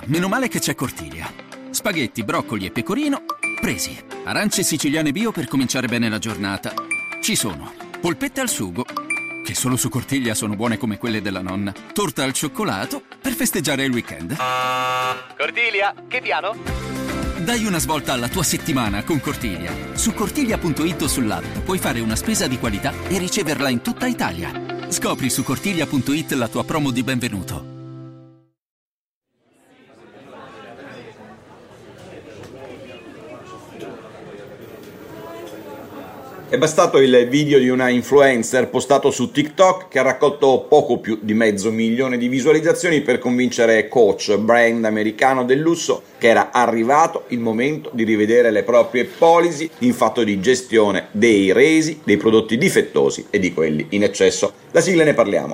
meno male che c'è Cortiglia. Spaghetti, broccoli e pecorino, presi. Arance siciliane bio per cominciare bene la giornata. Ci sono. Polpette al sugo, che solo su Cortiglia sono buone come quelle della nonna. Torta al cioccolato per festeggiare il weekend. Cortiglia, che piano? Dai una svolta alla tua settimana con Cortiglia. Su cortiglia.it o sull'app puoi fare una spesa di qualità e riceverla in tutta Italia. Scopri su cortiglia.it la tua promo di benvenuto. È bastato il video di una influencer postato su TikTok che ha raccolto poco più di 500.000 di visualizzazioni per convincere Coach, brand americano del lusso, che era arrivato il momento di rivedere le proprie policy in fatto di gestione dei resi, dei prodotti difettosi e di quelli in eccesso. La sigla ne parliamo.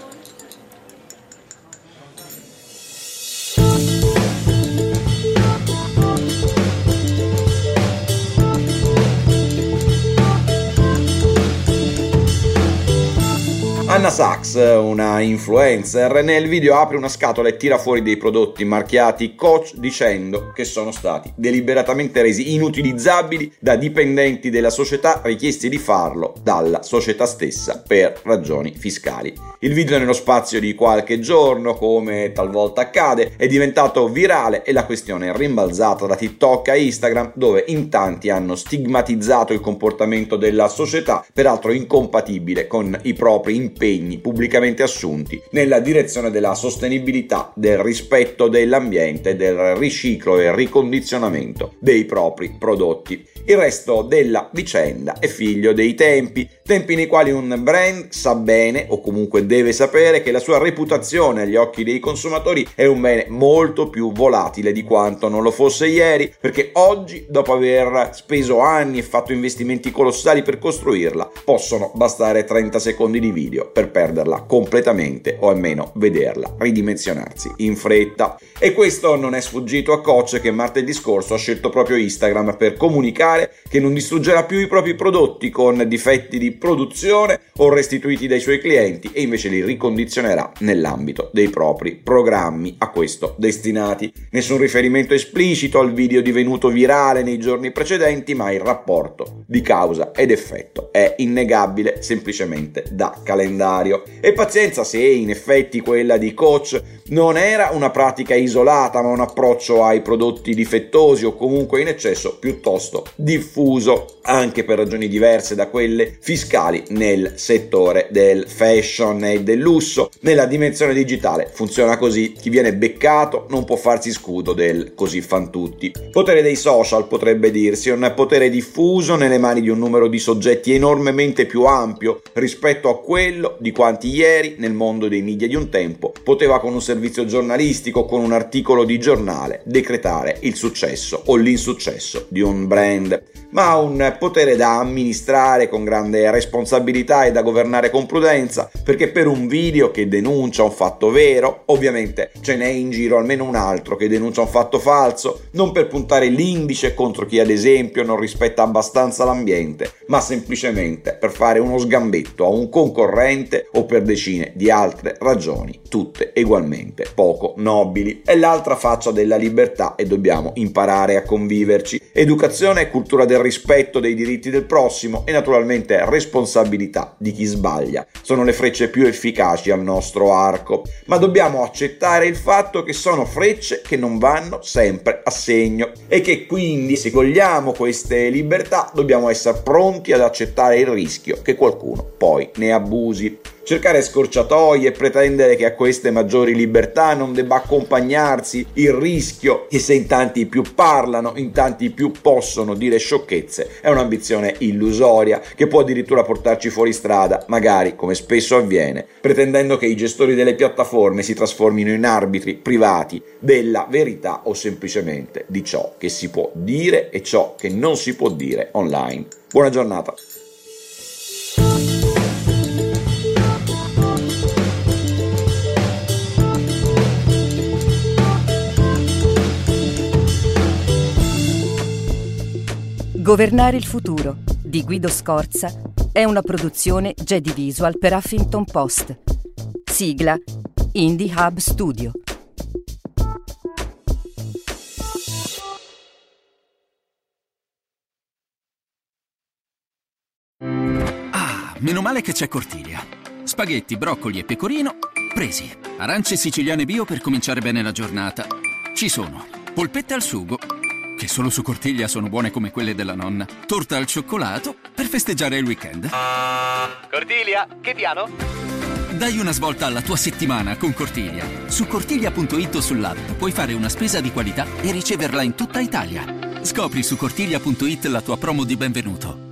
Anna Sachs, una influencer, nel video apre una scatola e tira fuori dei prodotti marchiati Coach dicendo che sono stati deliberatamente resi inutilizzabili da dipendenti della società richiesti di farlo dalla società stessa per ragioni fiscali. Il video nello spazio di qualche giorno, come talvolta accade, è diventato virale e la questione è rimbalzata da TikTok a Instagram, dove in tanti hanno stigmatizzato il comportamento della società, peraltro incompatibile con i propri impegni pubblicamente assunti nella direzione della sostenibilità, del rispetto dell'ambiente, del riciclo e ricondizionamento dei propri prodotti. Il resto della vicenda è figlio dei tempi nei quali un brand sa bene, o comunque deve sapere, che la sua reputazione agli occhi dei consumatori è un bene molto più volatile di quanto non lo fosse ieri, perché oggi, dopo aver speso anni e fatto investimenti colossali per costruirla, possono bastare 30 secondi di video per perderla completamente o almeno vederla ridimensionarsi in fretta. E questo non è sfuggito a Coach, che martedì scorso ha scelto proprio Instagram per comunicare che non distruggerà più i propri prodotti con difetti di produzione o restituiti dai suoi clienti, e invece li ricondizionerà nell'ambito dei propri programmi a questo destinati. Nessun riferimento esplicito al video divenuto virale nei giorni precedenti, ma il rapporto di causa ed effetto è innegabile, semplicemente da calendario. E pazienza se in effetti quella di Coach non era una pratica isolata, ma un approccio ai prodotti difettosi o comunque in eccesso piuttosto diffuso, anche per ragioni diverse da quelle fiscali, nel settore del fashion e del lusso. Nella dimensione digitale funziona così: chi viene beccato non può farsi scudo del così fan tutti. Potere dei social, potrebbe dirsi, un potere diffuso nelle mani di un numero di soggetti enormemente più ampio rispetto a quello di quanti ieri, nel mondo dei media di un tempo, poteva con un servizio giornalistico, con un articolo di giornale, decretare il successo o l'insuccesso di un brand. Ma un potere da amministrare con grande responsabilità e da governare con prudenza, perché per un video che denuncia un fatto vero, ovviamente ce n'è in giro almeno un altro che denuncia un fatto falso, non per puntare l'indice contro chi ad esempio non rispetta abbastanza l'ambiente, ma semplicemente per fare uno sgambetto a un concorrente o per decine di altre ragioni, tutte ugualmente poco nobili. È l'altra faccia della libertà e dobbiamo imparare a conviverci. Educazione e cultura del rispetto dei diritti del prossimo e naturalmente responsabilità di chi sbaglia sono le frecce più efficaci al nostro arco, ma dobbiamo accettare il fatto che sono frecce che non vanno sempre a segno e che quindi, se vogliamo queste libertà, dobbiamo essere pronti ad accettare il rischio che qualcuno poi ne abusi. Cercare scorciatoie e pretendere che a queste maggiori libertà non debba accompagnarsi il rischio che, se in tanti più parlano, in tanti più possono dire sciocchezze, è un'ambizione illusoria che può addirittura portarci fuori strada, magari come spesso avviene, pretendendo che i gestori delle piattaforme si trasformino in arbitri privati della verità o semplicemente di ciò che si può dire e ciò che non si può dire online. Buona giornata. Governare il futuro di Guido Scorza è una produzione Jedi Visual per Huffington Post. Sigla Indie Hub Studio. Ah, meno male che c'è Cortiglia. Spaghetti, broccoli e pecorino, presi. Arance siciliane bio per cominciare bene la giornata. Ci sono. Polpette al sugo, che solo su Cortiglia sono buone come quelle della nonna. Torta al cioccolato per festeggiare il weekend. Cortiglia, che piano? Dai una svolta alla tua settimana con Cortiglia. Su cortiglia.it o sull'app puoi fare una spesa di qualità e riceverla in tutta Italia. Scopri su cortiglia.it la tua promo di benvenuto.